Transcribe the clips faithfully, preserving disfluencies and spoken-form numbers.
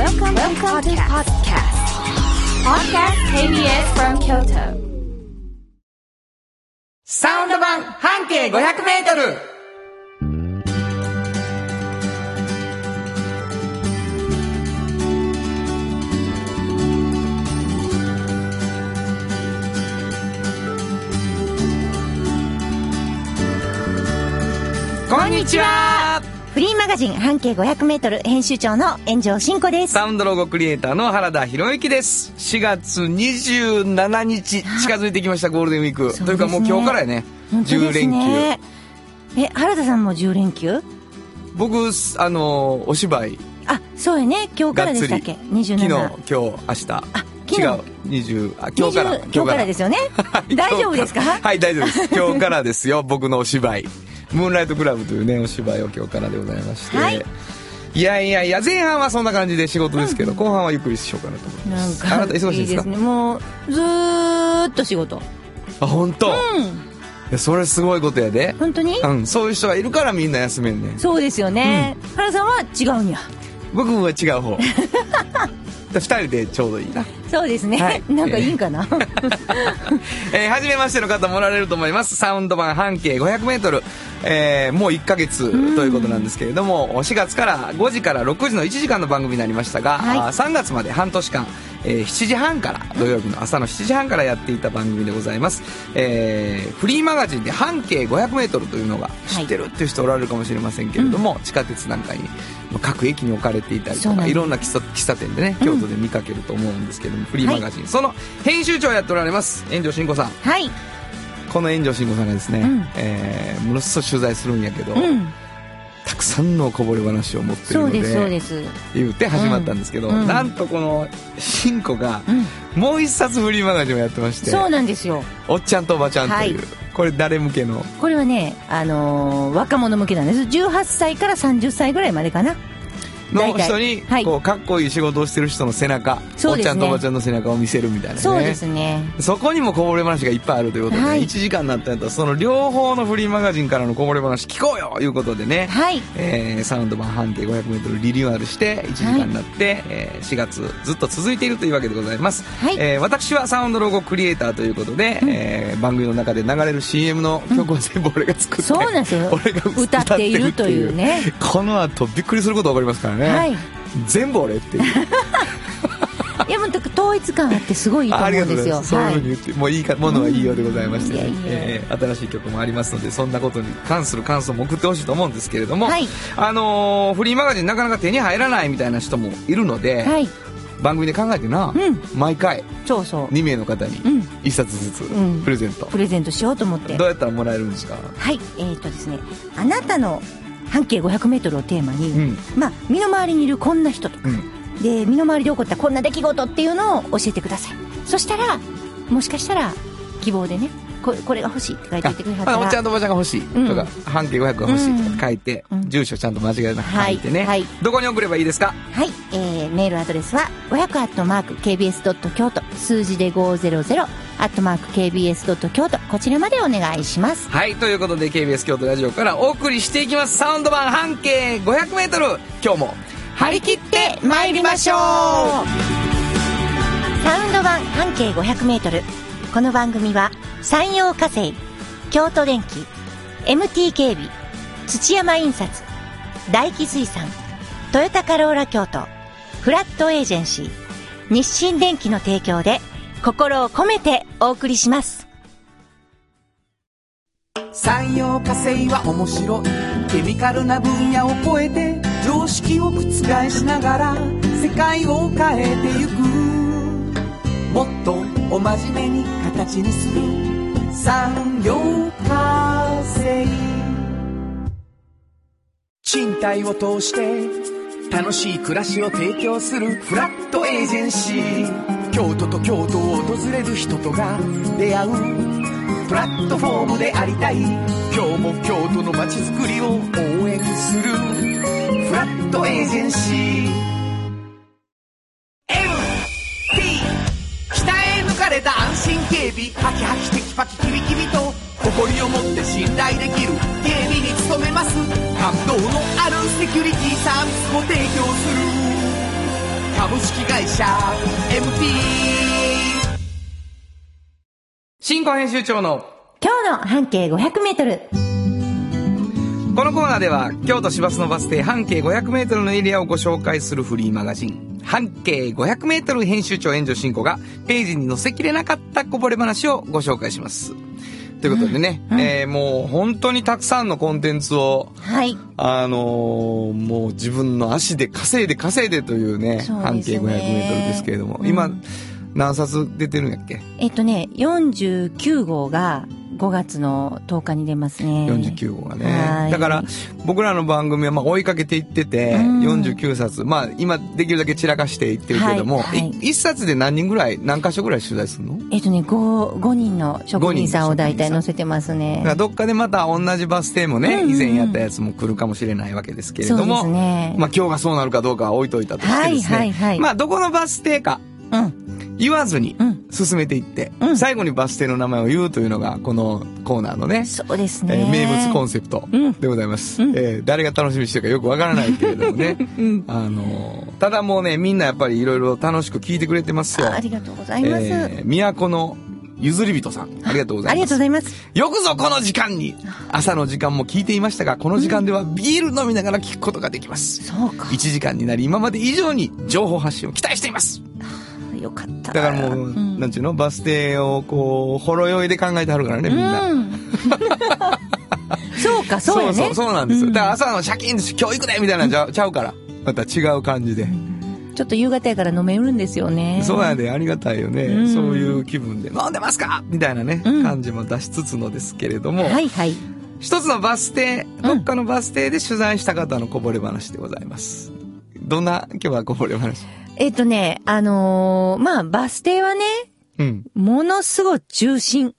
Welcome, Welcome to podcast. Podcast ケービーエス from Kyoto. サウンド版半径ごひゃくメートル。こんにちは。 フリーマガジン半径ごひゃくメートル編集長の炎上真子です。 サウンドロゴクリエイターの原田博之です。しがつにじゅうしちにち近づいてきました。ゴールデンウィーク、ね、というかもう今日からやね、じゅうれんきゅう。え原田さんもじゅうれんきゅう？ 僕あのお芝居、 あ、そうやね、今日からでしたっけ？にじゅうなな。昨日、今日、明日。 あ、昨日。 違う、にじゅう、あ、今日から。 今日からですよね。大丈夫ですか？ はい、大丈夫です。今日からですよ、僕のお芝居。ムーンライトクラブというね、お芝居を今日からでございまして。はい。いやいやいや、前半はそんな感じで仕事ですけど、うん、後半はゆっくりしようかなと思います。 なんか、 あなた忙しいですか？ いいですね。もう、ずーっと仕事。 あ、本当？ うん。 いや、それすごいことやで。 本当に？ うん、そういう人がいるからみんな休めんねん。 そうですよね。うん、原さんは違うんや。 僕は違う方。二人でちょうどいいな。 そうですね、はい、なんかいいんかな、 えー、初めましての方もおられると思います。サウンド版半径ごひゃくメートル、えー、もういっかげつということなんですけれども、しがつからごじからろくじのいちじかんの番組になりましたが、はい、さんがつまで半年間、えー、しちじはんから土曜日の朝のしちじはんからやっていた番組でございます。えー、フリーマガジンで半径ごひゃくメートルというのが知ってるっていう人おられるかもしれませんけれども、はい、地下鉄なんかに各駅に置かれていたりとか、いろんな喫茶、喫茶店でね、京都で見かけると思うんですけども、うん、フリーマガジン、はい、その編集長をやっておられます炎上真子さん。 はい。 この炎上真子さんがですね、うん、えー、ものすごい取材するんやけど、うん、たくさんのこぼれ話を持っているので、 そうですそうです、 言って始まったんですけど、うん、なんとこの真子が、うん、もう一冊フリーマガジンをやってまして、 そうなんですよ。 おっちゃんとおばちゃんという、はい、これ誰向けの？ これはね、あのー、若者向けなんです。じゅうはっさいからさんじゅっさいぐらいまでかなの人に、はい、こうかっこいい仕事をしてる人の背中、ね、おっちゃんとおばちゃんの背中を見せるみたいなね。 そうですね。 そこにもこぼれ話がいっぱいあるということで、ね、はい、いちじかんになったんやったらその両方のフリーマガジンからのこぼれ話聞こうよということでね、はい、えー、サウンド版半径ごひゃくメートルリニューアルしていちじかんになって、はい、えー、しがつずっと続いているというわけでございます、はい、えー、私はサウンドロゴクリエイターということで、うん、えー、番組の中で流れる シーエム の曲は全部俺が作って、うん、 そうなんですよ。 俺が歌っているというね。 この後びっくりすることが起こりますからね、はい、全部俺っていういや、もう統一感あってすごいいいと思うんですよ。 ありがとうございます。そういうふうに言って、はい、もういいかものはいいようでございまして、ね、うん、えー、新しい曲もありますので、そんなことに関する感想も送ってほしいと思うんですけれども、はい、あのー、フリーマガジンなかなか手に入らないみたいな人もいるので、はい、番組で考えてな、うん、毎回そうそうにめいの方にいっさつずつプレゼント、うん、 プレゼントしようと思って。 どうやったらもらえるんですか？ はい、えー、っとですね、あなたの半径ごひゃくメートルをテーマに、うん、まあ、身の回りにいるこんな人とか、うん、で身の回りで起こったこんな出来事っていうのを教えてください。そしたらもしかしたら希望でね、こ, これが欲しいって書いておいてくれはったら、 おっちゃんとおばちゃんが欲しいとか、うん、半径ごひゃくが欲しいとか書いて、うん、住所ちゃんと間違いなく書いてね、はいはい、どこに送ればいいですか？ はい、えー、メールアドレスはごひゃくアットマーク ケービーエスドットキョウト、数字でごひゃくアットマーク ケービーエスドットキョウト、こちらまでお願いします。 はい、ということで ケービーエス 京都ラジオからお送りしていきます。サウンド版半径ごひゃくメートル、今日も張り切って参りましょう。 サウンド版半径ごひゃくメートル、この番組は山陽火星、京都電機、 エムティー 警備、土山印刷、大気水産、トヨタカローラ京都、フラットエージェンシー、日清電機の提供で心を込めてお送りします。 産業化成は面白いケミカルな分野を超えて常識を覆しながら世界を変えてゆく、もっとお真面目に形にする産業化成。賃貸を通して楽しい暮らしを提供するフラットエージェンシー、京都と京都を訪れる人とが出会うプラットフォームでありたい。今日も京都の街づくりを応援するフラットエージェンシー。 エムティー 北へ抜かれた安心警備、ハキハキテキパキキビキビと誇りを持って信頼できる警備に努めます。感動のあるセキュリティサービスを提供する株式会社 エムティー。 新婚編集長の今日の半径ごひゃくメートル。 このコーナーでは京都市バスのバス停半径ごひゃくメートルのエリアをご紹介するフリーマガジン半径ごひゃくメートル編集長援助進行がページに載せきれなかったこぼれ話をご紹介します。ということでね、うんうん、えー、もう本当にたくさんのコンテンツを、はい、あのー、もう自分の足で稼いで稼いでというね、半径ごひゃくメートルですけれども、うん、今何冊出てるんやっけ？ えっとね、よんじゅうきゅうごうがごがつのとおかに出ますね。 よんじゅうきゅうごうがね。だから僕らの番組はまあ追いかけていってて、うん、よんじゅうきゅうさつ、まあ今できるだけ散らかしていってるけども、はいはい、いっさつで何人ぐらい、何箇所ぐらい取材するの？ えっとね、5、5人の職人さんを大体載せてますね。 だからどっかでまた同じバス停もね、うんうん、以前やったやつも来るかもしれないわけですけれども、そうですね、まあ今日がそうなるかどうかは置いといたとしてですね、はいはいはい、まあどこのバス停か、うん言わずに進めていって、うん、最後にバス停の名前を言うというのがこのコーナーのね、 そうですね、 えー、名物コンセプトでございます、うんえー、誰が楽しみにしてるかよくわからないけれどもね、うん、あのー、ただもうねみんなやっぱりいろいろ楽しく聞いてくれてますよ。 あ, ありがとうございます、 えー、都の譲り人さんありがとうございます。 ありがとうございます。 よくぞこの時間に、朝の時間も聞いていましたがこの時間ではビール飲みながら聞くことができます、 うん、そうか。 いちじかんになり今まで以上に情報発信を期待しています。 よかった。 だからもう、うん、なんちゅうのバス停をこうほろ酔いで考えてはるからねみんな、うん、 そうかそうやね。 そうそうそうなんですよ、うん、だから朝のシャキンと今日行くねみたいなのちゃう、ちゃうからまた違う感じで、うん、 ちょっと夕方やから飲めるんですよね。 そうやで、ありがたいよね、うん、そういう気分で飲んでますかみたいなね、うん、感じも出しつつのですけれども、 はいはい、 一つのバス停、どっかのバス停で取材した方のこぼれ話でございます。どんな今日はこぼれ話？ えっとね、あのー、まあ、バス停はね、うん、ものすごい中心。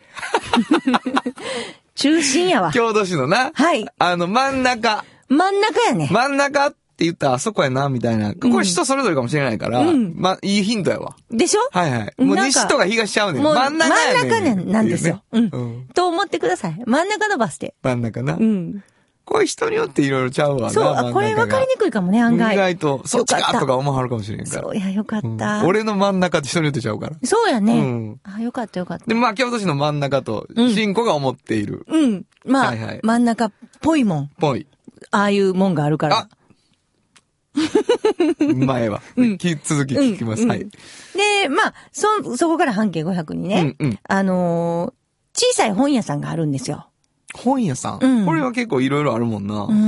中心やわ。 郷土市のな。はい。あの、真ん中。 真ん中やね。 真ん中って言ったらあそこやな、みたいな。これ人それぞれかもしれないから、うん、ま、いいヒントやわ。 でしょ？ はいはい。もう西とか東ちゃうねん。真ん中やねん。 真ん中なんですよ。うん。うん、と思ってください。真ん中のバス停。 真ん中な。うん。これ人によっていろいろちゃうわな。 そう、これ分かりにくいかもね、案外。 意外と、そっちかとか思わはるかもしれんから。 そう、いや、よかった、 うん。俺の真ん中って人によってちゃうから。 そうやね。うん、あ、よかったよかった。 で、まあ、京都市の真ん中と、新子が思っている。 うん。うん、まあ、はいはい、真ん中っぽいもん。 ぽい。 ああいうもんがあるから。 あ前は。うん、続き聞きます、うん。はい。 で、まあ、そ、そこから半径ごひゃくにね、うんうん、あのー、小さい本屋さんがあるんですよ。 本屋さん、うん、これは結構いろいろあるもんな。 うん。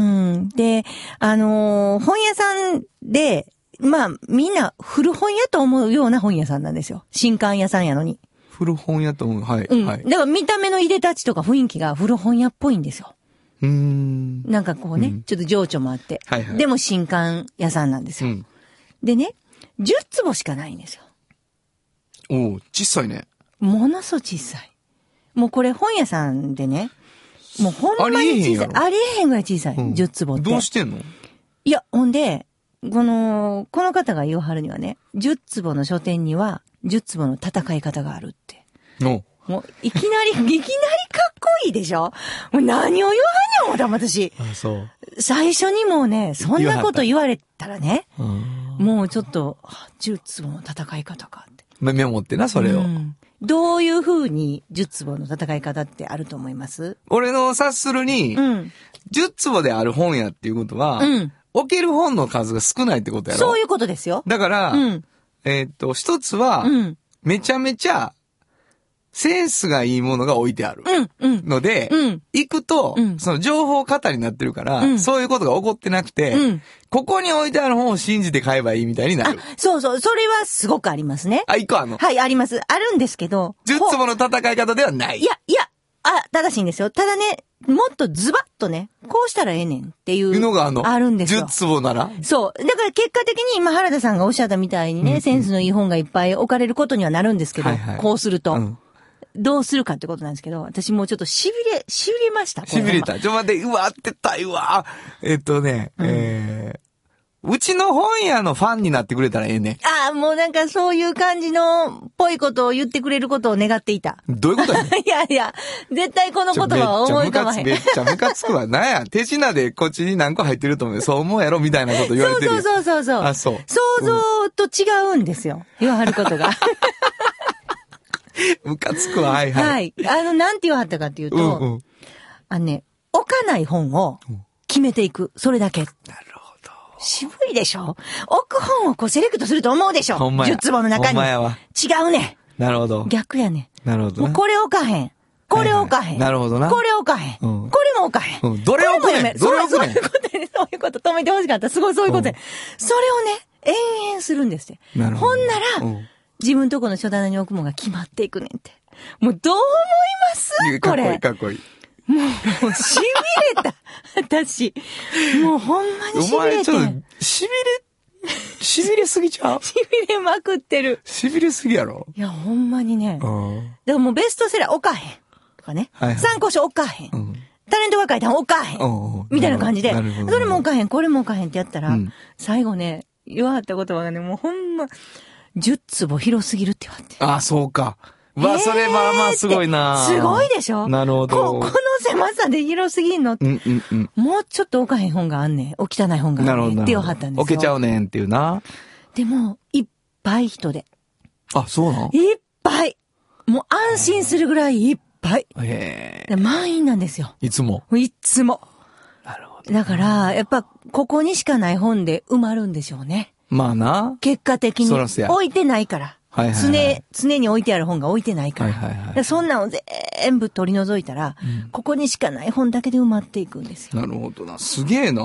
で、あのー、本屋さんで、まあ、みんな古本屋と思うような本屋さんなんですよ。新刊屋さんやのに。 古本屋と思う。はい。 うん。 はい。 だから見た目の入れ立ちとか雰囲気が古本屋っぽいんですよ。 うーん。 なんかこうね、うん、ちょっと情緒もあって。はいはい。でも新刊屋さんなんですよ。うん、でね、じゅっつぼしかないんですよ。 おー、小さいね。 ものすごい小さい。もうこれ本屋さんでね、もうほんまに小さい。ありえへんぐらい小さい。うん、じゅっつぼって。 どうしてんの？ いや、ほんで、この、この方が言うはるにはね、じゅっつぼの書店には、じゅっつぼの戦い方があるって。 おもう、いきなり、いきなりかっこいいでしょ？もう何を言わはんねん思った私。 あ、そう。 最初にもうね、そんなこと言われたらね、もうちょっと、じゅっつぼの戦い方かって。 メモってな、それを。うんどういう風にじゅっつぼの戦い方ってあると思います？ 俺の察するに、うん、じゅっつぼである本屋っていうことは、うん、置ける本の数が少ないってことやろ？ そういうことですよ。 だから、うん、えー、っと、一つは、うん、めちゃめちゃセンスがいいものが置いてある。ので、うんうん、行くと、うん、その情報過多になってるから、うん、そういうことが起こってなくて、うん、ここに置いてある本を信じて買えばいいみたいになる。 そうそう、それはすごくありますね。 あ、一個あるの？ はい、あります。あるんですけど。 じゅっつぼの戦い方ではない。 いや、いや、あ、正しいんですよ。ただね、もっとズバッとね、こうしたらええねんっていうのがあるの。あるんですよ。 じゅっつぼなら？ そう。だから結果的に今原田さんがおっしゃったみたいにね、うんうん、センスのいい本がいっぱい置かれることにはなるんですけど、はいはい、こうすると。うんどうするかってことなんですけど、私もうちょっと痺れ、痺れました。 痺れた。ちょ、待って、うわ、ってたいわ。えっとね、うん、えー、うちの本屋のファンになってくれたらええね。 ああ、もうなんかそういう感じの、っぽいことを言ってくれることを願っていた。 どういうことやねん。 いやいや、絶対この言葉は思い浮かばへん。 めっちゃムカつくわ。なんや、手品でこっちに何個入ってると思う。そう思うやろみたいなこと言われてる。 そうそうそうそう。 あ、そう。 想像と違うんですよ。言わはることが。 ムカつくわ、はいはい。 はい。あの、なんて言わはったかっていうと、うんうん、あのね、置かない本を決めていく。それだけ。なるほど。 渋いでしょ？置く本をこうセレクトすると思うでしょ？ ほんまや。 じゅっつぼの中に。 ほんまやわ。 違うね。 なるほど。 逆やね。 なるほど、ね。 もうこれ置かへん。これ置かへん。はいはい、 なるほどな。 これ置かへん。うん、これも置かへん。 うん、どれ置くねん。どれ置くねん。 そういうことね。そういうこと止めてほしかった。すごいそういうことで、うん。それをね、延々するんですって。なるほど。ほんなら、うん、自分とこの書棚に置くものが決まっていくねんって。もうどう思いますこれ。 かっこいいかっこいい。 もう、痺れた。私。もうほんまに痺れて。お前ちょっと、 痺れ、痺れすぎちゃう？ 痺れまくってる。 痺れすぎやろ？ いや、ほんまにね。でももうベストセラー置かへん。とかね。はいはい、参考書置かへん。うん、タレントが書いた本置かへん。みたいな感じで。それも置かへん、これも置かへんってやったら、うん、最後ね、言わはった言葉がね、もうほんま、じゅっつぼ広すぎるって言われて。 ああ、そうか。わ、えー、それまあまあすごいな。 すごいでしょ？ なるほど。 こ、この狭さで広すぎんのって、うんうんうん。もうちょっと置かへん本があんねん。置きたない本があんねんって言わはったんですよ。 置けちゃうねんっていうな。 でも、いっぱい人で。 あ、そうなの？ いっぱい。もう安心するぐらいいっぱい。 へえ。満員なんですよ。 いつも。 いつも。 なるほど。 だから、やっぱ、ここにしかない本で埋まるんでしょうね。 まあな。 結果的に。置いてないから。はいはいはい、常、常に置いてある本が置いてないから。はいはいはい、そんなの全部取り除いたら、うん、ここにしかない本だけで埋まっていくんですよ。 なるほどな。すげえな、うん、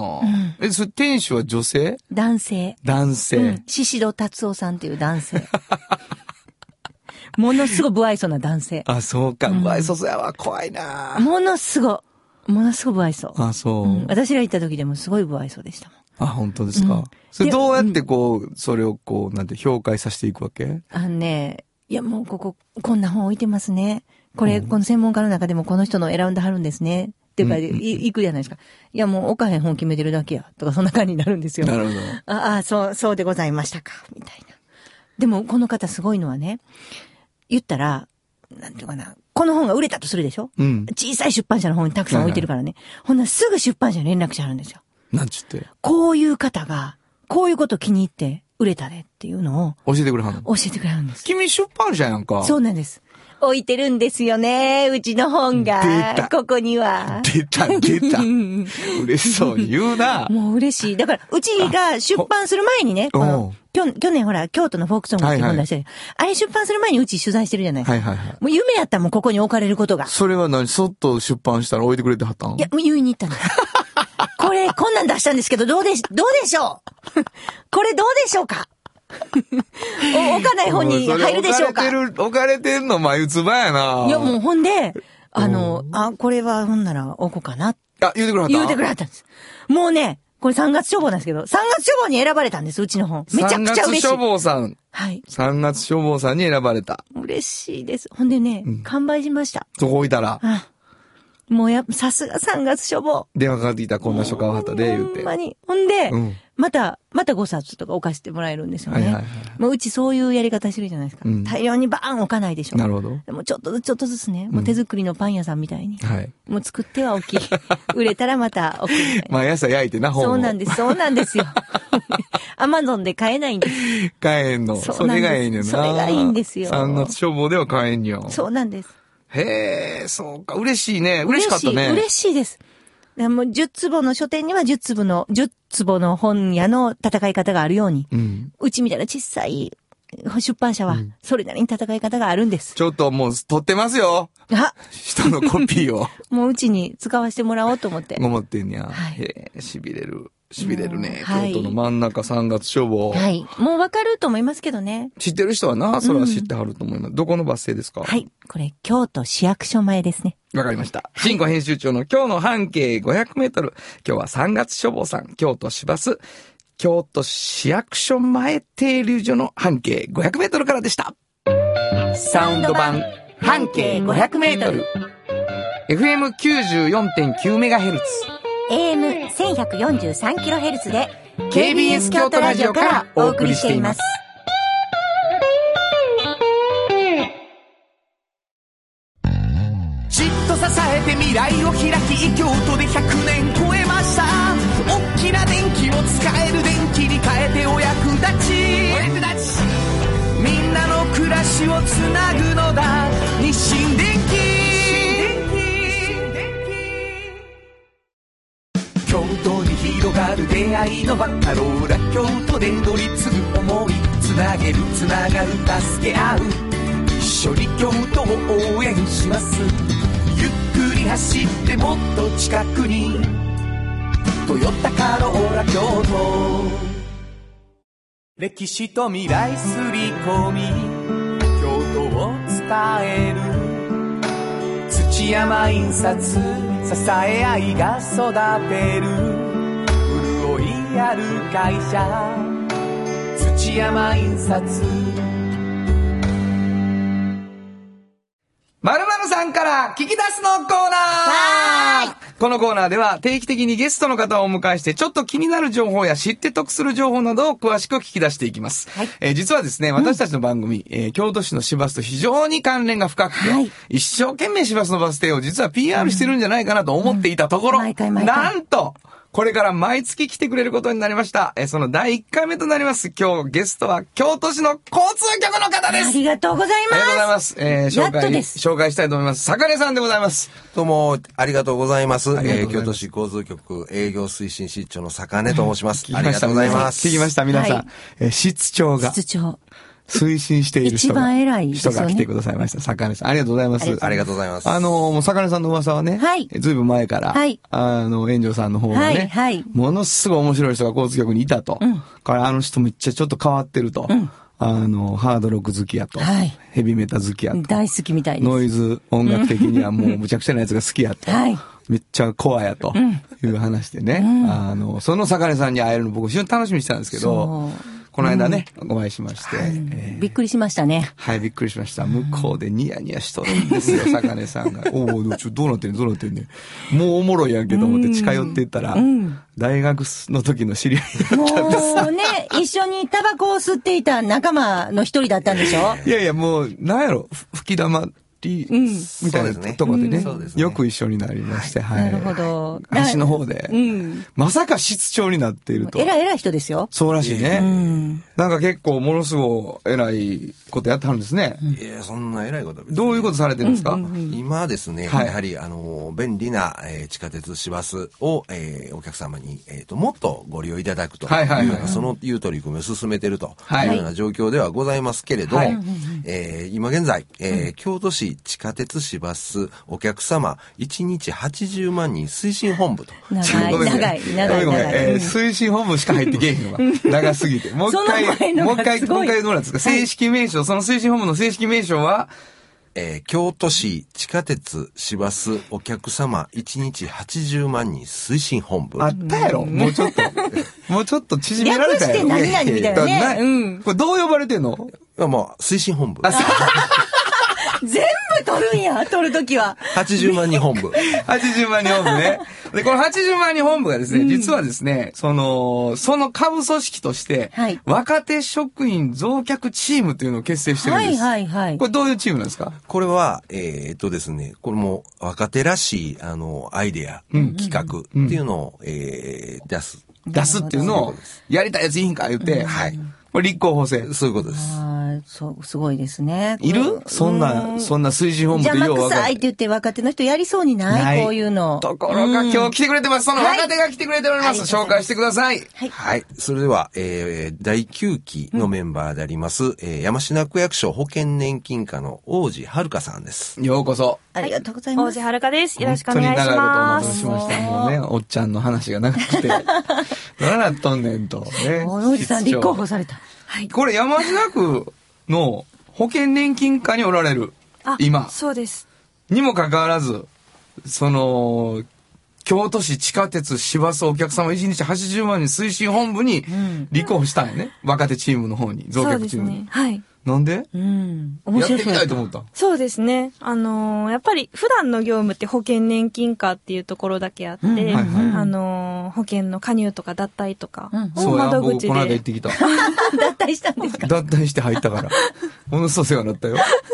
え、それ店主は女性？ 男性。 男性。うん。 宍戸達夫さんっていう男性。ものすごい不愛想な男性。 あ、そうか。不愛想そうやわ。怖いな。 ものすごい。ものすごい不愛想。 あ、そう、うん。 私が行った時でもすごい不愛想でしたもん。 あ、本当ですか。うん、それどうやってこう、それをこう、なんて評価させていくわけ？あのね、いやもうここ、こんな本置いてますね。これ、この専門家の中でもこの人の選んではるんですね。っていうか、うんうんうん、い、いくじゃないですか。いやもう置かへん本決めてるだけや。とかそんな感じになるんですよ。 なるほど。 ああ、そう、そうでございましたか。みたいな。でもこの方すごいのはね、言ったら、なんていうかな。この本が売れたとするでしょ？うん。小さい出版社の本にたくさん置いてるからね。はいはい、ほんならすぐ出版社に連絡者あるんですよ。 なんちって。 こういう方が、こういうこと気に入って売れたでっていうのを。 教えてくれはんの？ 教えてくれはるんです。 君出版社やんか。 そうなんです。置いてるんですよね。うちの本が。出た。ここには。 出た、出た。嬉しそうに言うな。 もう嬉しい。だから、うちが出版する前にね、この、去年ほら、京都のフォークソングって本出してる、はいはい。あれ出版する前にうち取材してるじゃないですか。はいはいはい。もう夢やったもん、ここに置かれることが。 それは何？そっと出版したら置いてくれてはったん？ いや、もう言いに行ったんです。これ、こんなん出したんですけど、どうでし、どうでしょうこれどうでしょうかお置かない本に入るでしょうか？ 置かれてる、置かれてんの眉唾やな。 いや、もうほんで、あの、あ、これはほんなら置こうかな。あ、 言うてくれはった？ 言うてくれはったんです。もうね、これさんがつ書房なんですけど、さんがつ書房に選ばれたんです、うちの本。めちゃくちゃ嬉しい。 さんがつ書房さん。 はい。 さんがつ書房さんに選ばれた。 嬉しいです。ほんでね、うん、完売しました。 そこ置いたら。 あもうやっぱさすがさんがつ書房。 電話かかってきた、こんな書買わはったで、言うて。 ほんまに。ほんで、うん、また、またごさつとか置かせてもらえるんですよね。はいはいはい、もううちそういうやり方してるじゃないですか。うん、大量にバーン置かないでしょ。 なるほど。 でもちょっとずつちょっとずつね、もう手作りのパン屋さんみたいに。 はい。 もう作っては置き、売れたらまた置くみたいな。 毎朝焼いてな、本を。 そうなんです、そうなんですよ。アマゾンで買えないんです。 買えんの。それがいいねんな。 それがいいんですよ。 さんがつ書房では買えんよ。 そうなんです。 へえ、そうか。嬉しいね。嬉しかったね。 嬉しいです。もうじゅっつぼの書店にはじゅっつぼの、じゅっつぼの本屋の戦い方があるように、うん、うちみたいな小さい出版社は、それなりに戦い方があるんです。 ちょっともう撮ってますよ。あ人のコピーを。 もううちに使わせてもらおうと思って。 思ってんや。はい。へえ、痺れる。痺れるね。京都の真ん中さんがつ書房。 はい。もうわかると思いますけどね。 知ってる人はな、それは知ってはると思います。うん、どこのバス停ですか？ はい。これ、京都市役所前ですね。 わかりました。新語編集長の今日の半径ごひゃくメートル。今日はさんがつ書房さん、京都市バス、京都市役所前停留所の半径ごひゃくメートルからでした。サウンド版半径ごひゃくメートル。エフエムきゅうじゅうよんてんきゅうメガヘルツ。 エーエムせんひゃくよんじゅうさんキロヘルツ でケービーエス 京都ラジオからお送りしています。 じっと支えて未来を開き京都でひゃくねん超えました大きな電気を使える電気に変えてお役立ちお役立ちつなぐのだ日清電機。京都に広がる出会いのバカローラ京都で乗り継ぐ思いつなげるつながる助け合う一緒に京都を応援します。ゆっくり走ってもっと近くにトヨタカローラ京都。歴史と未来すり込み京都を伝える土山印刷支え合いが育てる潤いある会社土山印刷。 〇〇さんから聞き出すのコーナー。このコーナーでは定期的にゲストの方をお迎えしてちょっと気になる情報や知って得する情報などを詳しく聞き出していきます。はい、えー、実はですね、私たちの番組、うんえー、京都市の市バスと非常に関連が深くて、はい、一生懸命市バスのバス停を実は ピーアール してるんじゃないかなと思っていたところ、うんうん、毎回毎回なんとこれから毎月来てくれることになりました。えー、そのだいいっかいめとなります。今日ゲストは京都市の交通局の方です。 ありがとうございます。 ありがとうございます。えー、紹介、紹介したいと思います。坂根さんでございます。 どうも、ありがとうございます。えー、京都市交通局営業推進室長の坂根と申します。ありがとうございます。 聞きました、皆さん。はい、えー、室長が。 室長。 推進している人が。 一番偉い人が来てくださいました。坂根さん。ありがとうございます。 ありがとうございます。 あの、もう坂根さんの噂はね、はい。ずいぶん前から、はい。あの、炎上さんの方がね、はい、はい。ものすごい面白い人が交通局にいたと。うん。からあの人めっちゃちょっと変わってると。うん。あの、ハードロック好きやと。はい。ヘビメタ好きやと。 大好きみたいです。 ノイズ音楽的にはもうむちゃくちゃなやつが好きやと。はい。めっちゃコアやと。いう話でね。うん。あの、その坂根さんに会えるの僕非常に楽しみにしてたんですけど、この間ね、うん、お会いしまして、はいえー。びっくりしましたね。 はい、びっくりしました。向こうでニヤニヤしとるんですよ、坂根さんが。おお、ちょ、どうなってんねん、どうなってんねん。もうおもろいやんけと思って近寄っていったら、うん、大学の時の知り合いだったんです。 もうね、一緒にタバコを吸っていた仲間の一人だったんでしょいやいや、もう、なんやろ、吹き玉。うん、みたいなところでね、うん、よく一緒になりまして、はい。 なるほど。 橋の方で、うん、まさか室長になっていると。 偉い偉い人ですよ。 そうらしいね。うん、なんか結構ものすごい偉いことやってはるんですね。 いや、そんな偉いことは別に。 どういうことされてるんですか、 うんうんうん、今ですね、はい、やはり、あの、便利な、えー、地下鉄市バスを、えー、お客様に、えーと、もっとご利用いただくと。はいはいはい。そのいう取り組みを進めているというような状況ではございますけれど、はい、えー、今現在、えー、京都市地下鉄市バスお客様いちにちはちじゅうまんにん推進本部と。 長い長い長い長い。 ごめん、えー、推進本部しか入ってけえへんのが長すぎて。もう一回もう一回もう一回どうなんですか。正式名称、その推進本部の正式名称は。 えー、京都市地下鉄市バスお客様いちにちはちじゅうまんにん推進本部。 あったやろ、もうちょっと。もうちょっと縮められたやろ。 略して何々みたいなね。うん。 これどう呼ばれてんの？ いや、まあ、推進本部。 全部取るんや、取るときは。 はちじゅうまんにん本部。 はちじゅうまんにん本部ね。で、このはちじゅうまんにん本部がですね、うん、実はですね、その、その下部組織として、はい、若手職員増客チームというのを結成してるんです。はいはいはい。これどういうチームなんですか？ これは、えー、っとですね、これも若手らしい、あの、アイデア、うん、企画っていうのを、うん、えー、出す。 出すっていうのを、やりたいやついいんか言って、うん、はい。これ立候補制。 そういうことです。 ああ、そう、すごいですね。 いる？そんな、そんな推進本部でよう分かる。邪魔くさいって言って若手の人やりそうにない？ないこういうの。 ところが今日来てくれてます。その若手が来てくれております。はい、紹介してください。 はい。はい。それでは、えー、だいきゅうきのメンバーであります、うん、えー、山科区役所保険年金課の王子遥さんです。 ようこそ。 ありがとうございます。 王子遥です。よろしくお願いします。 本当に長いことお待たせしました。もうね、おっちゃんの話が長くて。どうなっとんねんと。ね。 王子さん立候補された。 はい、これ山科区の保険年金課におられる今そうですにもかかわらず、その京都市地下鉄市バスお客様いちにちはちじゅうまんにん推進本部に立候補したんよね、うん、若手チームの方に増客チームに。 そうですね、はい。 なんで？ うん。 面白い。やってみたいと思った。 そうですね。あのー、やっぱり普段の業務って保険年金課っていうところだけあって、うんはいはい、あのー、保険の加入とか脱退とか、 を窓口で。この間行ってきた。 脱退したんですか？ 脱退して入ったから。ものすごい世話になったよ。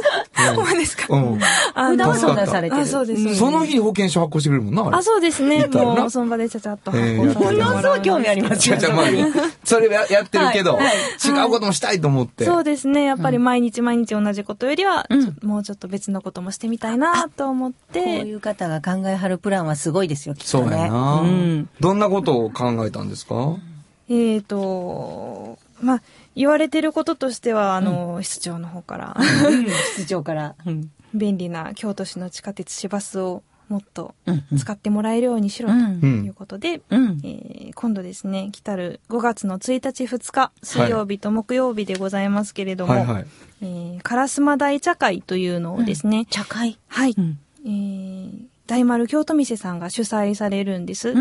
ほんまですか。 うん。 普段は相談されてる。 あ、そうです。 その日に保険証発行してくれるもんな、あれ。 あ、そうですね。もう、その場でちゃちゃっと発行されてもらう。 ものすごい興味ありますよ。 それやってるけど、違うこともしたいと思って。 そうですね。やっぱり毎日毎日同じことよりは、もうちょっと別のこともしてみたいなと思って。 こういう方が考えはるプランはすごいですよ、きっとね。 そうやな。どんなことを考えたんですか？ えっと、まあ、言われてることとしては、あの、うん、室長の方から。 室長から、 うん。便利な京都市の地下鉄市バスをもっと使ってもらえるようにしろということで、うんうん、えー、今度ですね、来たるごがつのついたちふつか、水曜日と木曜日でございますけれども、はいはい、えー、烏丸茶会というのをですね、うん、 茶会はい。うん、えー大丸京都店さんが主催されるんです。うん、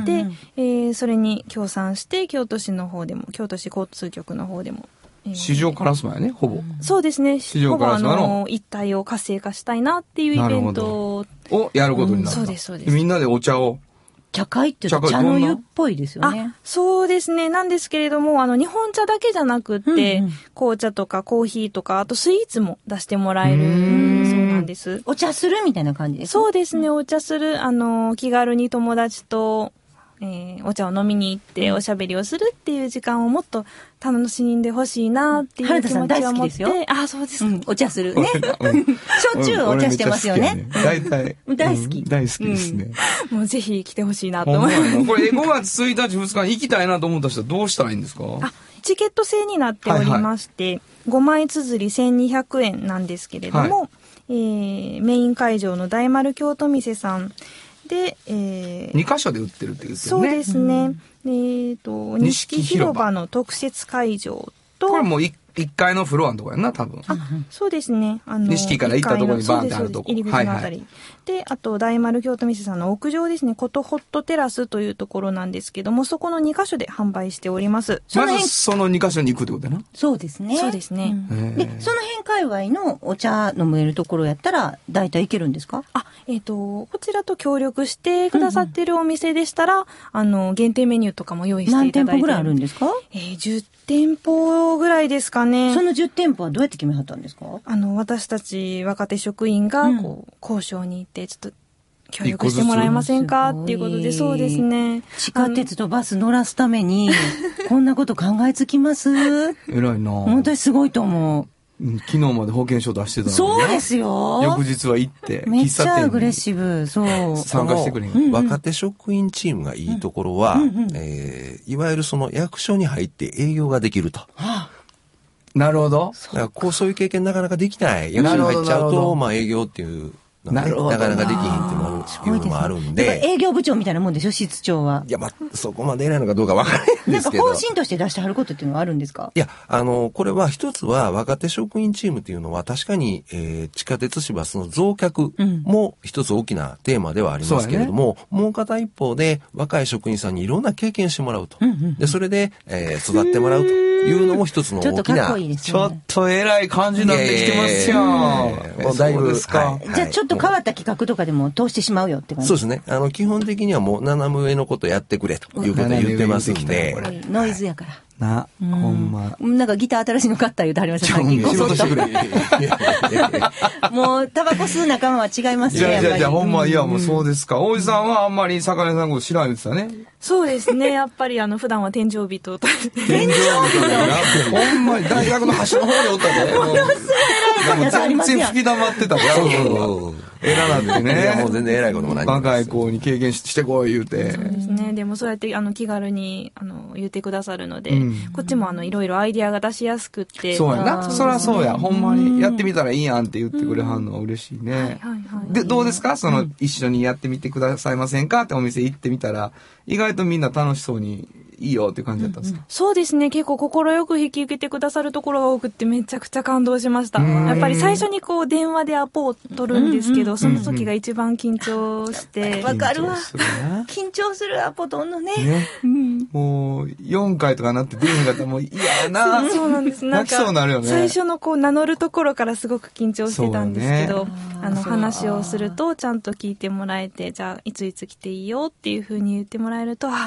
で、えー、それに協賛して京都市の方でも京都市交通局の方でも、 えー、市場烏丸やね、ほぼ。 そうですね。 市場烏丸のほぼあの一体を活性化したいなっていうイベントをやることになった、 うん、そうですそうです。 みんなでお茶を。 茶会って言うと茶の湯っぽいですよね。 あ、そうですね。なんですけれども、あの、日本茶だけじゃなくって、うんうん、紅茶とかコーヒーとか、あとスイーツも出してもらえるそうなんです。 お茶するみたいな感じですか？ そうですね。お茶する、あの、気軽に友達と、えー、お茶を飲みに行っておしゃべりをするっていう時間をもっと楽しんでほしいなっていう気持ちを持って。あ、そうです、 うん。お茶するね。しょっちゅうお茶してますよね。 大体。 大好き、 うん。大好きですね。 うん、もうぜひ来てほしいなと思います。 これごがつついたちふつかに行きたいなと思った人はどうしたらいいんですか？ あ、チケット制になっておりまして、はいはい、ごまい綴りせんにひゃくえんなんですけれども、はい、えー、メイン会場の大丸京都店さんで、えー、 にかしょで売ってるって言ってるね。 そうですね。うん、えっ、ー、と、錦広場の特設会場と、 これもういっかいのフロアのところやな、多分。 あ、そうですね。あの、 錦から行ったところにバーンってあるとこ。 入り口のあたり。はいはい、で、あと、大丸京都店さんの屋上ですね、ことホットテラスというところなんですけども、そこのにかしょで販売しております。 まずそのにかしょに行くってことやな。 そうですね。 そうですね。 うん、で、その辺界隈のお茶飲めるところやったら、大体行けるんですか？ あ、えっ、ー、と、こちらと協力してくださってるお店でしたら、うんうん、あの、限定メニューとかも用意していただいて。 何店舗ぐらいあるんですか？ えー、じゅってんぽぐらいですかね。 そのじゅってんぽはどうやって決めはったんですか？ あの、私たち若手職員が、こう、交渉に行って、ちょっと、協力してもらえませんかっていうことで、そうですね。 地下鉄とバス乗らすために、こんなこと考えつきます？ 偉いな。 本当にすごいと思う。 昨日まで保険証出してたのに、ね、 そうですよ。 翌日は行ってめっちゃアグレッシブ。そう参加してくれん、 うんうん、若手職員チームがいいところは、うんうんうん、えー、いわゆるその役所に入って営業ができると、はあ、 なるほど。 だからこうそういう経験なかなかできない。役所に入っちゃうとまあ営業っていうな, ね、なかなかできひんっていうのもあるんで。 だから営業部長みたいなもんでしょ、室長は。 いや、まあ、そこまで偉いのかどうかわからないんですけど。 なんか方針として出してはることっていうのはあるんですか？ いや、あの、これは一つは若手職員チームっていうのは確かに、えー、地下鉄市バスの増客も一つ大きなテーマではありますけれども、うんね、もう片一方で若い職員さんにいろんな経験してもらうと。うんうんうん、で、それで、えー、育ってもらうというのも一つの大きな。 ちょっとかっこいいですね。 ちょっと偉い感じになってきてますよ。 もうだいぶですか。 はい、じゃあちょっと変わった企画とかでも通してしまうよって感じ。 そうですね。あの、基本的にはもう斜め上のことやってくれということを言ってますんで。 ノイズやから。 な、うん、ほんま。 なんかギター新しいの買った言うてはりました。 仕事してくれ。 もう、タバコ吸う仲間は違いますね。 いやいやいや、ほんま、いや、もうそうですか。大井さんはあんまり魚屋さんのこと知らないですよね。 そうですね。やっぱりあの、普段は天井人。天井人だな。ほんまに大学の端の方におったで。もう全然吹き溜まってたから。そうそうそう。偉なんでね。 いや、もう全然偉いこともない。 若い子に経験してこい言うて。 そうですね。でもそうやってあの気軽にあの言ってくださるので、うん、こっちもあのいろいろアイディアが出しやすくって。 そうやな。そりゃそうや。ほんまにやってみたらいいやんって言ってくれはんのは嬉しいね。はいはいはい。で、どうですか？その、一緒にやってみてくださいませんかってお店行ってみたら、意外とみんな楽しそうにいいよっていう感じだったんですか？ うんうん、そうですね。結構心よく引き受けてくださるところが多くってめちゃくちゃ感動しました。やっぱり最初にこう電話でアポを取るんですけど、その時が一番緊張して。 わかるわ。緊張するアポ取んのね。ね、 うん、もうよんかいとかなって出へんかったらもう嫌やな。 そう、そうなんです。なんか泣きそうなるよね。 最初のこう名乗るところからすごく緊張してたんですけど、ね、あの話をするとちゃんと聞いてもらえて、じゃあいついつ来ていいよっていう風に言ってもらえると、あ、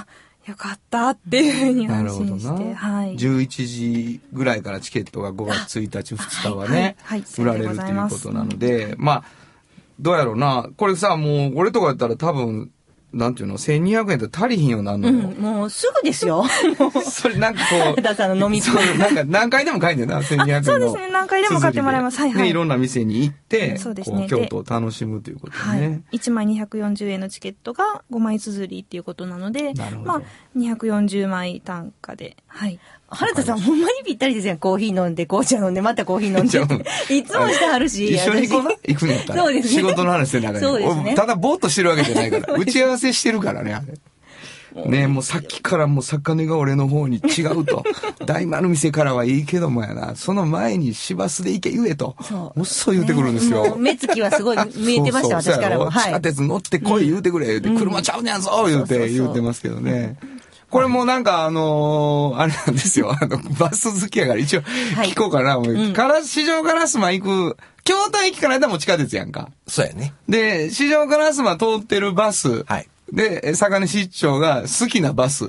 よかったっていうふうに安心して。 なるほどな。 はい。 じゅういちじぐらいからチケットがごがつついたち、ふつかはね、はいはいはい、売られるということなので、まあ、どうやろうな。これさ、もう、俺とかやったら多分、なんていうの、せんにひゃくえんって足りひんようなんの、 うん、もうすぐですよ。 それなんかこう。 だから飲みそう、なんか何回でも買えんねんな、せんにひゃくえんの。 そうですね、何回でも買ってもらいます。はいはい。 で、いろんな店に行って、 そうですね。 京都を楽しむということね。はい。 いちまいにひゃくよんじゅうえんのチケットがごまい綴りっていうことなので、なるほど。まあ、にひゃくよんじゅうまい単価で、はい。 原田さんほんまにぴったりですよ。コーヒー飲んで、紅茶飲んで、またコーヒー飲んで。いつもしてはるし。 一緒に行こうな。行くんやったら。 そうですね。 仕事の話してる中で。 そうですね。 ただぼーっとしてるわけじゃないから。打ち合わせしてるからね、あれ。ねもうさっきからもう坂根が俺の方に違うと。大丸店からはいいけどもやな。その前に市バスで行け言えと。そう。もっそ言うてくるんですよ。 目つきはすごい見えてました、私からも。 地下鉄乗って来い言うてくれ。言うて、車ちゃうねんぞ言うて言うてますけどね。これもなんかあのー、あれなんですよ。あの、バス好きやから一応聞こうかな。はいうん、から市場烏丸行く、京都駅からやったらもう地下鉄やんか。 そうやね。 で、市場烏丸通ってるバス。はい。で、坂根市長が好きなバス。はい。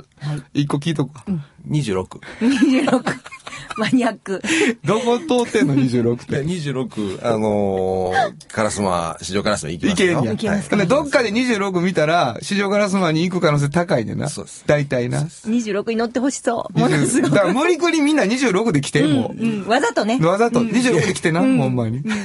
一個聞いとくか。うん、 にじゅうろく。 にじゅうろく。マニアック。 どこ通ってんのにじゅうろくって。 にじゅうろく、あのー、烏丸、市場烏丸行きますよ。 行けんやん。行けますか、はい。どっかでにじゅうろく見たら、市場烏丸に行く可能性高いねんな。そうです。大体な。 にじゅうろくに乗ってほしそう。ものすごい。 だから無理くりみんなにじゅうろくで来て、もう。 うん、うん。わざとね。 わざと。にじゅうろくで来てな、うん、ほんまに。うん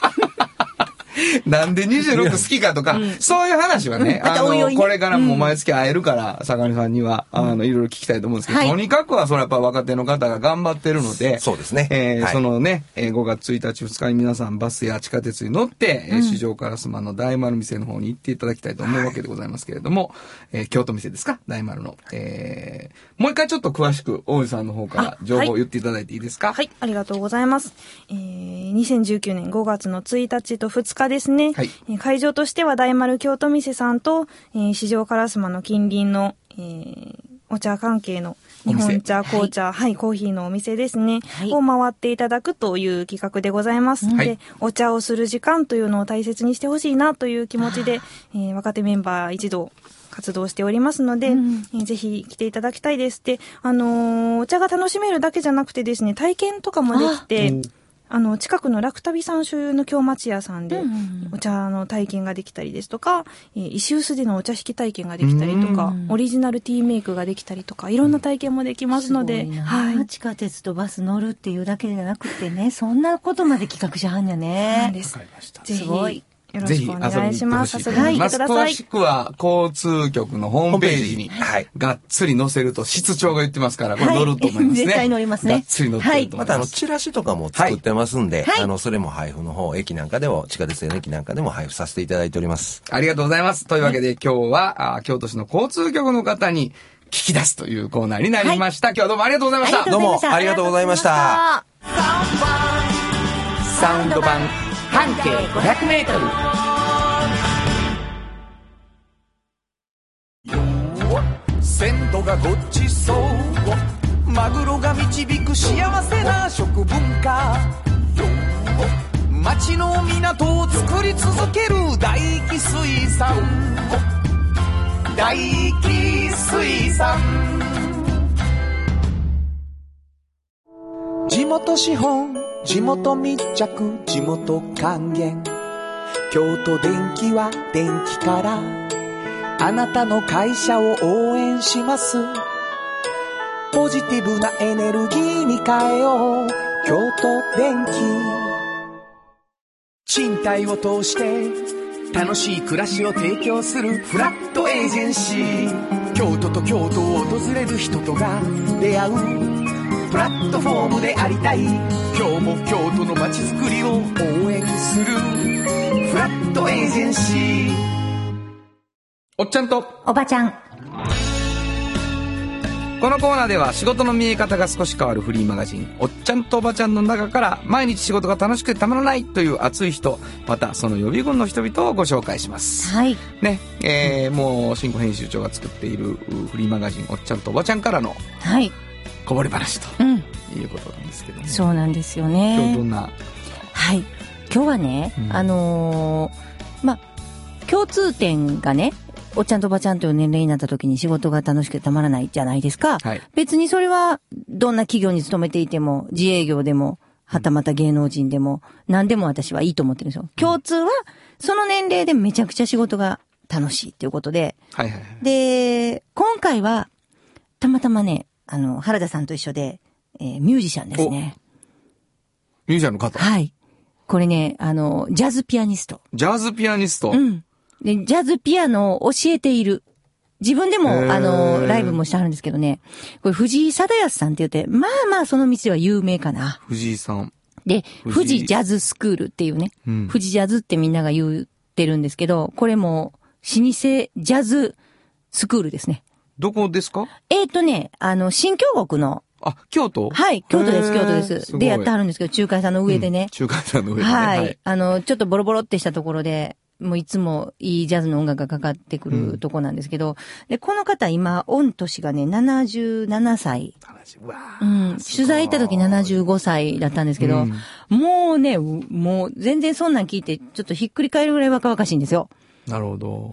なんでにじゅうろく好きかとか、うん、そういう話はね、うん、あの、おいおいね、これからも毎月会えるから、坂根さんには、あの、いろいろ聞きたいと思うんですけど、はい、とにかくは、それやっぱ若手の方が頑張ってるので、 そうですね。 えーはい、 そのね、ごがつついたち、ふつかに皆さんバスや地下鉄に乗って、うん、市場烏丸の大丸店の方に行っていただきたいと思うわけでございますけれども、はい、えー、京都店ですか大丸の。えー、もう一回ちょっと詳しく、大井さんの方から情報を言っていただいていいですか？ はい、はい、ありがとうございます。えー、にせんじゅうきゅうねんごがつのついたちとふつかですね。はい。会場としては大丸京都店さんと、えー、市場烏丸の近隣の、えー、お茶関係の日本茶、紅茶、はい、はい、コーヒーのお店ですね、はい、を回っていただくという企画でございます。はい、で、お茶をする時間というのを大切にしてほしいなという気持ちで、えー、若手メンバー一同活動しておりますので、うんえー、ぜひ来ていただきたいです。で、あのー、お茶が楽しめるだけじゃなくてですね、体験とかもできて、あの、近くの楽旅さん所有の京町屋さんで、お茶の体験ができたりですとか、えー、石臼でのお茶引き体験ができたりとか、オリジナルティーメイクができたりとか、いろんな体験もできますので、 はい。地下鉄とバス乗るっていうだけじゃなくてね、そんなことまで企画しはんやね。 そうです。わかりました。すごい。よろぜひしくお願いします。 遊びに行ってほしいと思います。詳しくは交通局のホームページに、はい、がっつり載せると室長が言ってますから、これ載ると思いますね。 絶対載りますね。 がっつり載ってると思います。 またあの、チラシとかも作ってますんで、はい、あの、それも配布の方、駅なんかでも、地下鉄の駅なんかでも配布させていただいております。 ありがとうございます。というわけで今日は、あ京都市の交通局の方に聞き出すというコーナーになりました。はい、今日はどうもありがとうございました。 どうもありがとうございました。 サウンド版半径ごひゃくメートル。 鮮度がごちそうマグロが導く幸せな食文化町の港を作り続ける大気水産大気水産地元資本地元密着地元還元京都電気は電気からあなたの会社を応援しますポジティブなエネルギーに変えよう京都電気賃貸を通して楽しい暮らしを提供するフラットエージェンシー京都と京都を訪れる人とが出会うプラットフォームでありたい今日も京都の街づくりを応援するフラットエージェンシーおっちゃんとおばちゃん。 このコーナーでは仕事の見え方が少し変わるフリーマガジンおっちゃんとおばちゃんの中から毎日仕事が楽しくてたまらないという熱い人またその予備軍の人々をご紹介します。 はいねえーうん、もう新庫編集長が作っているフリーマガジンおっちゃんとおばちゃんからのこぼれ話ということなんですけども、 うん、そうなんですよね。 今日どんなはい今日はね、うん、あのー、まあ共通点がねおっちゃんとおばちゃんという年齢になった時に仕事が楽しくてたまらないじゃないですか。はい、別にそれは、どんな企業に勤めていても、自営業でも、はたまた芸能人でも、何でも私はいいと思ってるんですよ。共通は、その年齢でめちゃくちゃ仕事が楽しいっていうことで。はいはいはい、で、今回は、たまたまね、あの、原田さんと一緒で、えー、ミュージシャンですね。 ミュージシャンの方？ はい。これね、あの、ジャズピアニスト。 ジャズピアニスト？ うん。で、ジャズピアノを教えている。自分でも、あの、ライブもしてはるんですけどね。これ、藤井貞康さんって言って、まあまあその道では有名かな。 藤井さん。 で、富士ジャズスクールっていうね。うん、富士ジャズってみんなが言ってるんですけど、これも、老舗ジャズスクールですね。 どこですか？ えっとね、あの、新京極の。 あ、京都？ はい、京都です、京都です。で、やってはるんですけど、中華屋さんの上でね。 うん、中華屋さんの上でね。 はい。はい、あの、ちょっとボロボロってしたところで、もういつもいいジャズの音楽がかかってくるとこなんですけど、うん、で、この方今、御年がね、ななじゅうななさい。うん。取材行った時ななじゅうごさいだったんですけど、うん、もうね、もう全然そんなん聞いて、ちょっとひっくり返るぐらい若々しいんですよ。 なるほど。 うん。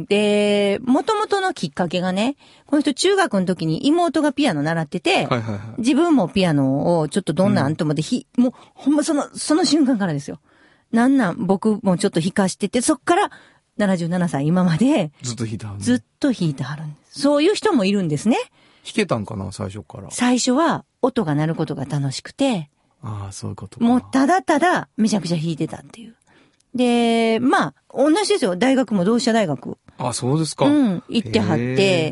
で、元々のきっかけがね、この人中学の時に妹がピアノ習ってて、はいはいはい、自分もピアノをちょっとどんなんと思って、ひ、うん、もうほんまその、その瞬間からですよ。なんなん僕もちょっと弾かしてて、そっからななじゅうななさい今まで。 ずっと弾いてはる。 ずっと弾いてはるんです。そういう人もいるんですね。 弾けたんかな最初から。 最初は音が鳴ることが楽しくて。 ああ、そういうことか。 もうただただめちゃくちゃ弾いてたっていう。で、まあ、同じですよ。大学も同志社大学。 あ、そうですか。 うん。行ってはって、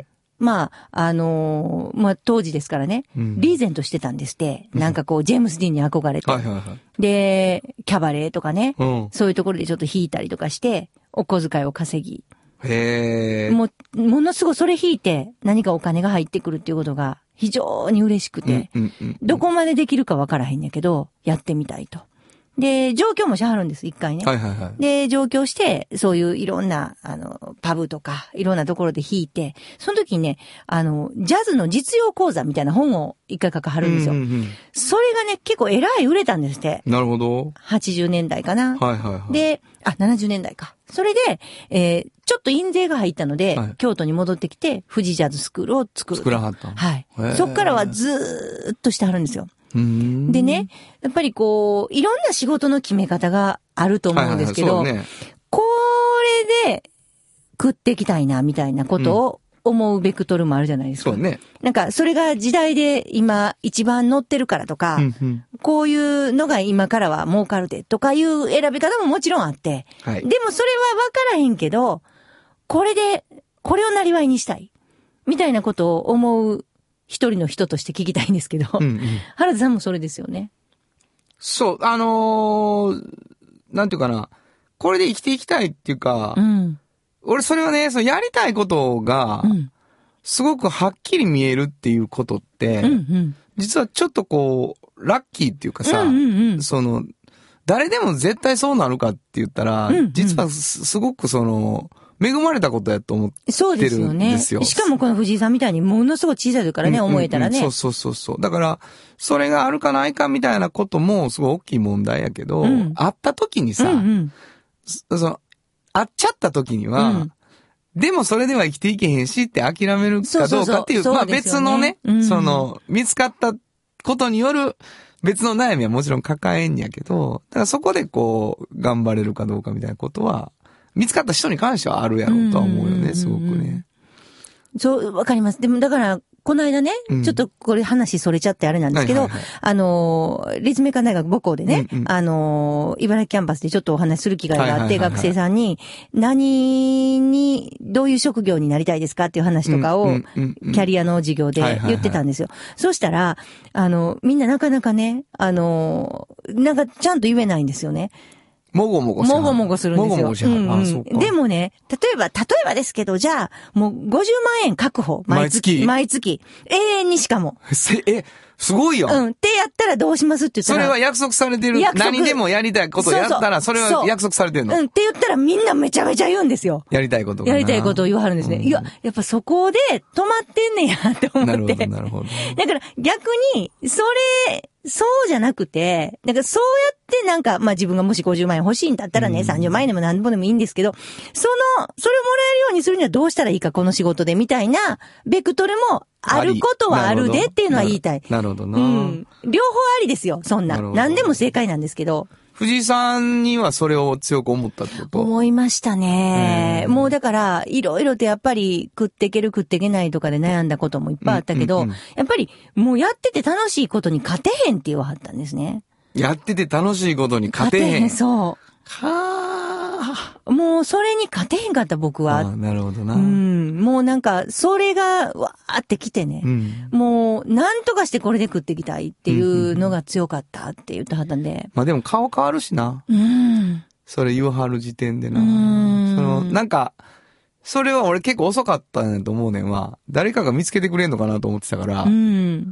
まあ、あのー、まあ、当時ですからね、うん、リーゼントしてたんですって。なんかこう、ジェームス・ディーンに憧れて。はいはいはい。で、キャバレーとかね、うん、そういうところでちょっと弾いたりとかして、お小遣いを稼ぎ。へー。もう、ものすごいそれ弾いて、何かお金が入ってくるっていうことが非常に嬉しくて、うんうんうんうん、どこまでできるかわからへんやけど、やってみたいと。で、上京もしはるんです、一回ね。はいはいはい。で、上京して、そういういろんな、あの、パブとか、いろんなところで弾いて、その時にね、あの、ジャズの実用講座みたいな本を一回書かはるんですよ。うんうんうん、それがね、結構偉い売れたんですって。 なるほど。 はちじゅうねんだいかな。はいはいはい。で、あ、ななじゅうねんだいか。それで、えー、ちょっと印税が入ったので、はい、京都に戻ってきて、富士ジャズスクールを作る。 作らはった。 はい。そっからはずーっとしてはるんですよ。でね、やっぱりこう、いろんな仕事の決め方があると思うんですけど、はいはいはい、そうね、これで食っていきたいな、みたいなことを思うベクトルもあるじゃないですか。そうね。なんか、それが時代で今一番乗ってるからとか、うんうん、こういうのが今からは儲かるで、とかいう選び方ももちろんあって、はい、でもそれは分からへんけど、これで、これをなりわいにしたい、みたいなことを思う、一人の人として聞きたいんですけど、うんうん、原田さんもそれですよね。 そう、あのー、なんていうかな、これで生きていきたいっていうか、うん、俺それはね、そのやりたいことが、すごくはっきり見えるっていうことって、うんうん、実はちょっとこう、ラッキーっていうかさ、うんうんうん、その、誰でも絶対そうなるかって言ったら、うんうん、実はす、すごくその、恵まれたことやと思ってるんですよ。そうですよね。 しかもこの藤井さんみたいにものすごい小さい時からね、うんうんうん、思えたらね。 そうそうそうそう。だから、それがあるかないかみたいなこともすごい大きい問題やけど、うん、会った時にさ、うんうん、その、会っちゃった時には、うん、でもそれでは生きていけへんしって諦めるかどうかっていう、そうそうそう、まあ別のね、うん、その、見つかったことによる別の悩みはもちろん抱えんやけど、だからそこでこう、頑張れるかどうかみたいなことは、見つかった人に関してはあるやろうとは思うよね、すごくね。 そう、わかります。でもだから、この間ね、うん、ちょっとこれ話それちゃってあれなんですけど、はいはいはい、あの、立命館大学母校でね、うんうん、あの、茨城キャンパスでちょっとお話する機会があって、はいはいはいはい、学生さんに、何に、どういう職業になりたいですかっていう話とかを、うんうんうん、キャリアの授業で言ってたんですよ。はいはいはい、そうしたら、あの、みんななかなかね、あの、なんかちゃんと言えないんですよね。 もごもごする。 もごもごするんですよ。もごもごしはる。うんうん、あ、そうか。でもね、例えば、例えばですけど、じゃあ、もうごじゅうまんえん確保。毎月。毎月。永遠にしかも。 え、すごいよ。 うん。ってやったらどうしますって言ったら。 それは約束されてる。何でもやりたいことをやったら、それは約束されてるの。 うん。って言ったらみんなめちゃめちゃ言うんですよ。 やりたいことを。 やりたいことを言わはるんですね。うん、いや、やっぱそこで止まってんねやって思って。なるほど、なるほど。だから逆に、それ、そうじゃなくて、だからそうやってなんか、まあ自分がもしごじゅうまんえん欲しいんだったらね、うん、さんじゅうまんえんでも何でもでもいいんですけど、その、それをもらえるようにするにはどうしたらいいか、この仕事で、みたいな、ベクトルもあることはあるでっていうのは言いたい。 なるほどな。 うん。両方ありですよ、そんな。何でも正解なんですけど。 藤井さんにはそれを強く思ったってこと？ 思いましたね。もうだから、いろいろとやっぱり食っていける食っていけないとかで悩んだこともいっぱいあったけど、うんうんうん、やっぱりもうやってて楽しいことに勝てへんって言わはったんですね。 やってて楽しいことに勝てへん。勝てへん、 そう。 はあ。 もうそれに勝てへんかった僕は。 あ、なるほどな。 うん。もうなんか、それがわーってきてね。うん、もう、なんとかしてこれで食っていきたいっていうのが強かったって言ってはったんで。うんうん、 まあでも顔変わるしな。 うん。 それ言わはる時点でな。うん。その、なんか、それは俺結構遅かったんやと思うねんは、誰かが見つけてくれんのかなと思ってたから、うん。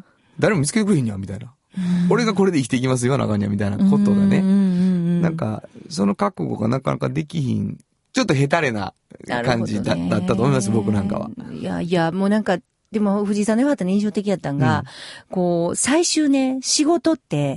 誰も見つけてくれへんやんみたいな。俺がこれで生きていきますよ、なあかんや、みたいなことがね。なんか、その覚悟がなかなかできひん。ちょっとヘタレな感じ だ,、ね、だったと思います、僕なんかは。 いやいや、もうなんか、でも藤井さんの言われたの印象的やったんが、うん、こう、最終ね、仕事って、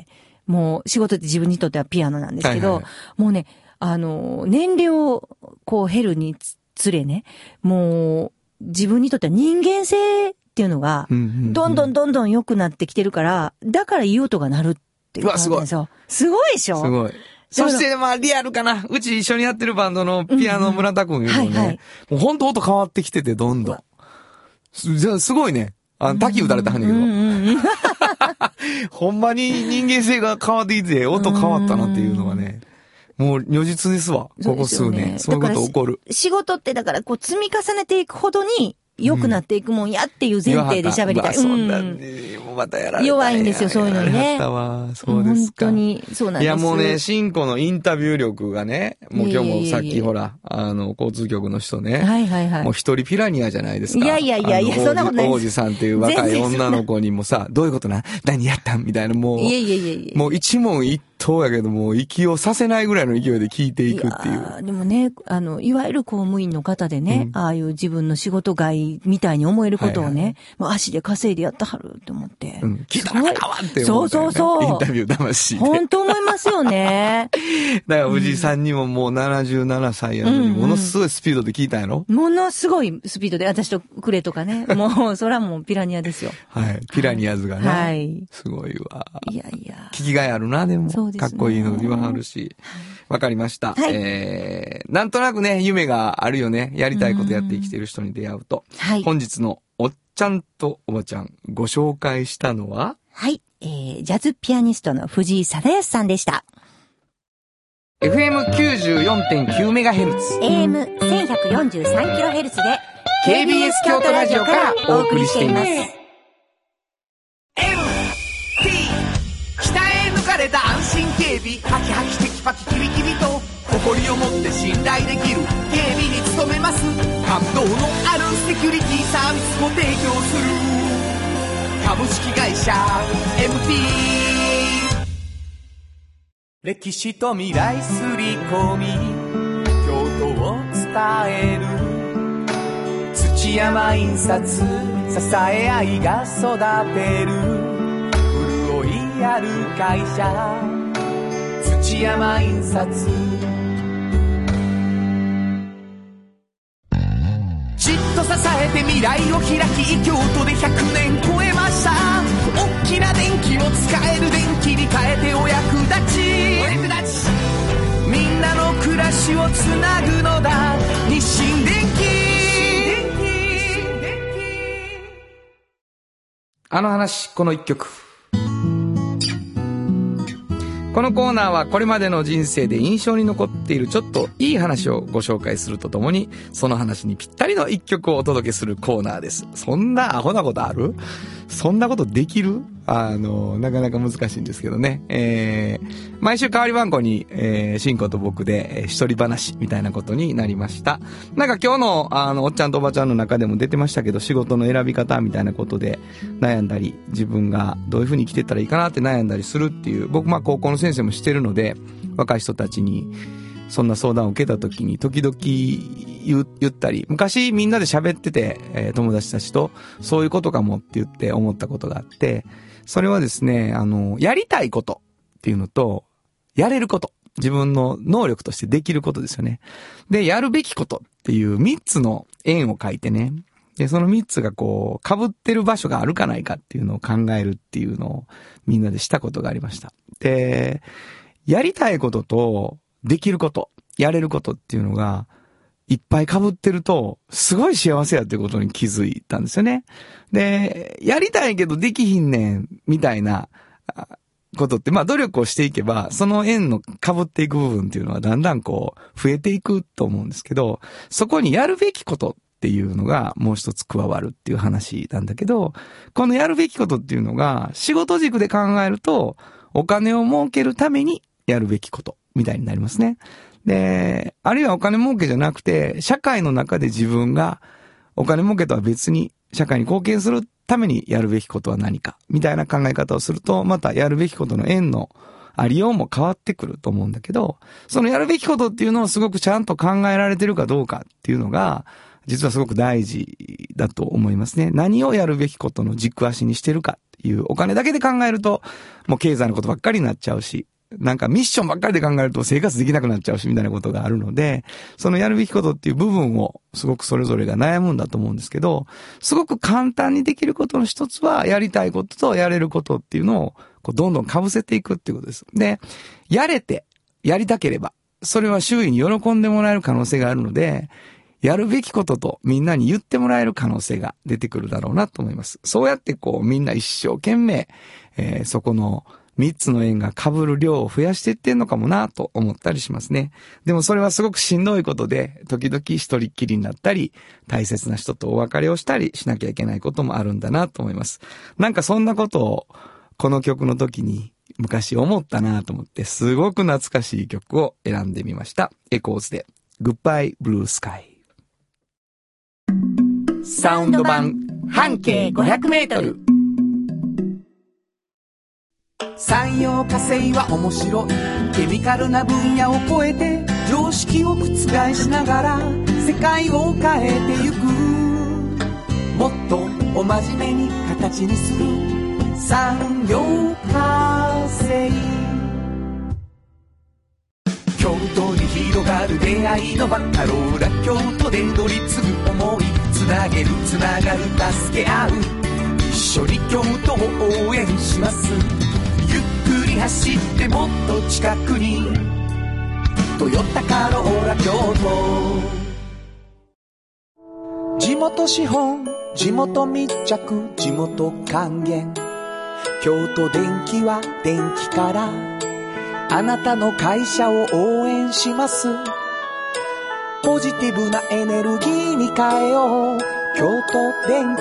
もう、仕事って自分にとってはピアノなんですけど、はいはいはい、もうね、あの、年齢をこう減るにつれね、もう、自分にとっては人間性っていうのが、どんどんどんどん良くなってきてるから、だからいい音が鳴るっていう感じなんですよ。うわ、すごい。すごいでしょ？ すごい。そして、まあ、リアルかな。うち一緒にやってるバンドのピアノ村田くんいうのね、うんうんはいはい、もうほんと音変わってきてて、どんどん。じゃあ、すごいね。あの、滝打たれたはんねんけど。うんうんうん、ほんまに人間性が変わってきて、音変わったなっていうのがね。もう如実ですわ。ここ数年。そういうこと起こる。 仕事ってだから、こう積み重ねていくほどに、良くなっていくもんやっていう前提で喋りたい。 うん。そうなんで、もうまたやられた。 弱いんですよ、そういうのにね。 やったわ。そうですか。 本当に、そうなんです。 いや、もうね、シンコのインタビュー力がね、もう今日もさっきほら、あの、交通局の人ね。 はいはいはい。 もう一人ピラニアじゃないですか。 いやいやいやいや、そんなことないです。 王子さんっていう若い女の子にもさ、どういうことな何やったんみたいな、もう。 いやいやいやいや。 もう一問一答やけども、息をさせないぐらいの勢いで聞いていくっていう。いやでもね、あの、いわゆる公務員の方でね、うん、ああいう自分の仕事外みたいに思えることをね、はいはい、もう足で稼いでやったはるって思って。 うん。聞いたらかわって思った、ね。そうそうそう。インタビュー魂で。 本当思いますよね。 だから藤井さんにももうななじゅうななさいやのに、ものすごいスピードで聞いたんやろ、 うんうん、ものすごいスピードで、私とクレとかね。もう、そらもうピラニアですよ。 はい。ピラニアズがね。はい。すごいわ。いやいや。聞きがいあるな、でも。そうですね。かっこいいの言わはるし。わかりました。はい、えー、なんとなくね、夢があるよね。やりたいことやって生きてる人に出会うと。はい。本日のおっちゃんとおばちゃん、ご紹介したのははい。えー、ジャズピアニストの藤井貞康さんでした。 エフエムきゅうじゅうよんてんきゅうメガヘルツ。 エーエムせんひゃくよんじゅうさんキロヘルツ でケービーエス 京都ラジオからお送りしています。エムティー 北へ抜かれた安心警備、ハキハキテキパキキビキビと誇りを持って信頼できる警備に努めます。感動のあるセキュリティサービスも提供する株式会社 エムティー。 歴史と未来すり込み京都を伝える土山印刷、支え合いが育てる潤いある会社土山印刷。じっと支えて未来を開き京都でひゃくねん超えました。大きな電気を使える電気に変えてお役立ち、お役立ちみんなの暮らしをつなぐのだ日清電気。あの話この一曲。このコーナーはこれまでの人生で印象に残っているちょっといい話をご紹介するとともに、その話にぴったりの一曲をお届けするコーナーです。そんなアホなことある？そんなことできる？あの、なかなか難しいんですけどね。えー、毎週代わり番号に、えー、シンコと僕で、えー、一人話みたいなことになりました。なんか今日の、あの、おっちゃんとおばちゃんの中でも出てましたけど、仕事の選び方みたいなことで悩んだり、自分がどういう風に生きてったらいいかなって悩んだりするっていう、僕まあ高校の先生もしてるので、若い人たちにそんな相談を受けた時に時々言, 言ったり、昔みんなで喋ってて、えー、友達たちとそういうことかもって言って思ったことがあって、それはですね、あの、やりたいことっていうのと、 やれること。自分の能力としてできることですよね。で、やるべきことっていうみっつの円を書いてね。で、そのみっつがこう、被ってる場所があるかないかっていうのを考えるっていうのをみんなでしたことがありました。で、やりたいこととできること、やれることっていうのがいっぱい被ってると、すごい幸せやっていうことに気づいたんですよね。で、やりたいけどできひんねん、みたいなことって、まあ努力をしていけば、その円の被っていく部分っていうのはだんだんこう、増えていくと思うんですけど、そこにやるべきことっていうのがもう一つ加わるっていう話なんだけど、このやるべきことっていうのが仕事軸で考えるとお金を儲けるためにやるべきことみたいになりますね。で、あるいはお金儲けじゃなくて社会の中で自分がお金儲けとは別に社会に貢献するためにやるべきことは何かみたいな考え方をすると、またやるべきことの円のありようも変わってくると思うんだけど、そのやるべきことっていうのをすごくちゃんと考えられてるかどうかっていうのが実はすごく大事だと思いますね。何をやるべきことの軸足にしてるかっていう、お金だけで考えるともう経済のことばっかりになっちゃうし、なんかミッションばっかりで考えると生活できなくなっちゃうしみたいなことがあるので、そのやるべきことっていう部分をすごくそれぞれが悩むんだと思うんですけど、すごく簡単にできることの一つはやりたいこととやれることっていうのをこうどんどん被せていくっていうことです。で、やれてやりたければそれは周囲に喜んでもらえる可能性があるので、やるべきこととみんなに言ってもらえる可能性が出てくるだろうなと思います。そうやってこうみんな一生懸命、えー、そこの三つの円が被る量を増やしていってんのかもなと思ったりしますね。でもそれはすごくしんどいことで、時々一人っきりになったり、大切な人とお別れをしたりしなきゃいけないこともあるんだなと思います。なんかそんなことをこの曲の時に昔思ったなと思って、すごく懐かしい曲を選んでみました。エコーズで Goodbye Blue Sky。サウンド版半径ごひゃくメートル。 産業化成は面白い。ケミカルな分野を超えて常識を覆しながら世界を変えてゆく。もっとお真面目に形にする産業化成。京都に広がる出会いのバカローラ京都で乗り継ぐ思い、つなげるつながる助け合う、一緒に京都を応援します。ゆっくり走ってもっと近くにトヨタカローラ京都。地元資本、地元密着、地元還元。京都電気は電気からあなたの会社を応援します。ポジティブなエネルギーに変えよう京都電気。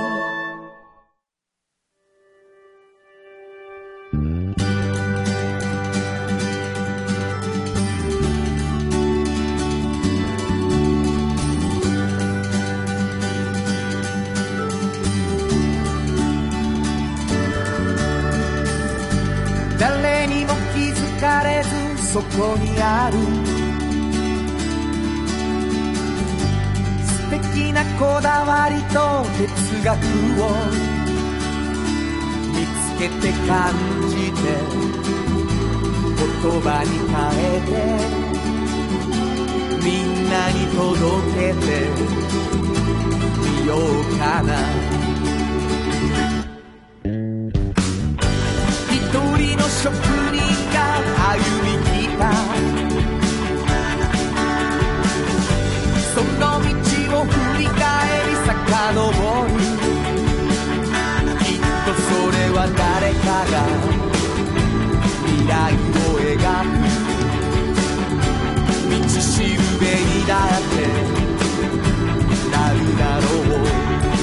誰にも気づかれずそこにある素敵なこだわりと哲学を見つけて感じて言葉に変えてみんなに届けてみようかな。一人の職人が歩み来たその道を振り返り遡る。きっとそれは誰かが未来を描く道しるべにだってなるだろう。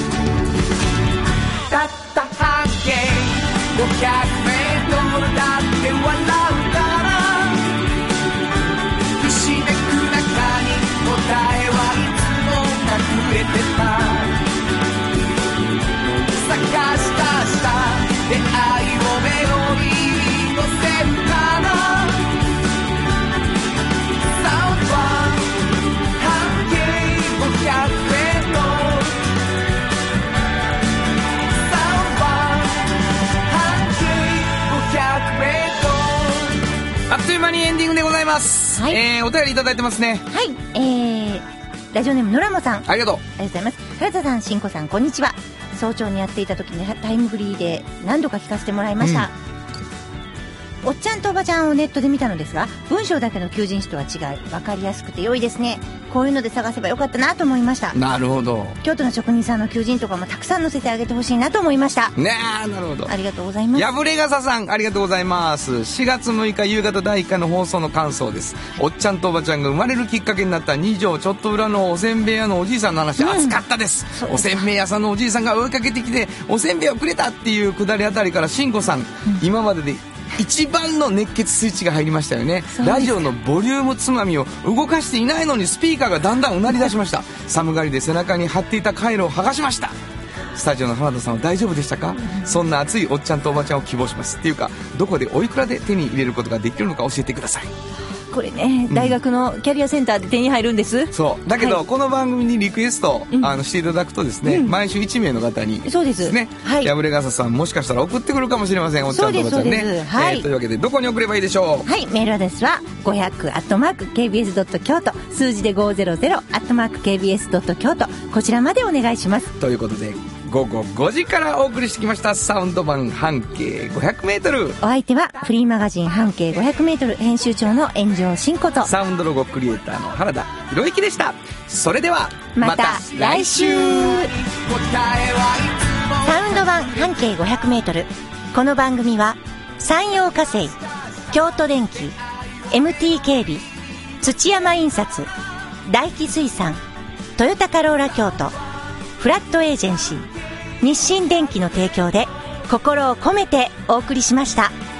たった半径ごひゃくメートルだって笑うからひしめく中に答えはいつも隠れてた。探し出した出会いを目の間にエンディングでございます、はい、えー、お便りいただいてますね。 はい、えー、ラジオネームのらもさん、 ありがとう。 ありがとうございます。原田さん、しんこさん、こんにちは。早朝にやっていた時にタイムフリーで何度か聞かせてもらいました、うん、おっちゃんとおばちゃんをネットで見たのですが、文章だけの求人誌とは違い分かりやすくて良いですね。こういうので探せばよかったなと思いました。 なるほど。 京都の職人さんの求人とかもたくさん載せてあげてほしいなと思いました。 ねえ、なるほど。 ありがとうございます。 やぶれがささん、ありがとうございます。しがつむいか夕方だいいっかいの放送の感想です、はい、おっちゃんとおばちゃんが生まれるきっかけになったに条ちょっと裏のおせんべい屋のおじいさんの話、うん、熱かったです。おせんべい屋さんのおじいさんが追いかけてきておせんべいをくれたっていうくだりあたりから、しんこさん、うん、今までで一番の熱血スイッチが入りましたよね。ラジオのボリュームつまみを動かしていないのにスピーカーがだんだんうなり出しました寒がりで背中に貼っていたカイロを剥がしました。スタジオの原田さんは大丈夫でしたか、うん、そんな熱いおっちゃんとおばちゃんを希望しますっていうか、どこでおいくらで手に入れることができるのか教えてください。 これね、大学のキャリアセンターで手に入るんです、うん、 そうだけど、はい、この番組にリクエスト、うん、あのしていただくとですね、うん、毎週いちめいの方に、 そうですね、 はい、やぶれがささんもしかしたら送ってくるかもしれません。おっちゃんとおばちゃんね、はい、えー、というわけでどこに送ればいいでしょう。 はい、メールアドレスはごひゃくアットマークケービーエスドット京都、数字でごひゃくアットマークケービーエスドット京都、こちらまでお願いします。 ということでごごごじからお送りしてきましたサウンド版半径ごひゃくメートル。 お相手はフリーマガジン半径ごひゃくメートル編集長の炎上真子とサウンドロゴクリエイターの原田博之でした。それではまた来週。サウンド版半径ごひゃくメートル、この番組は山陽火星、京都電機、 エムティー 警備、土山印刷、大気水産、トヨタカローラ京都、フラットエージェンシー、日清電機の提供で心を込めてお送りしました。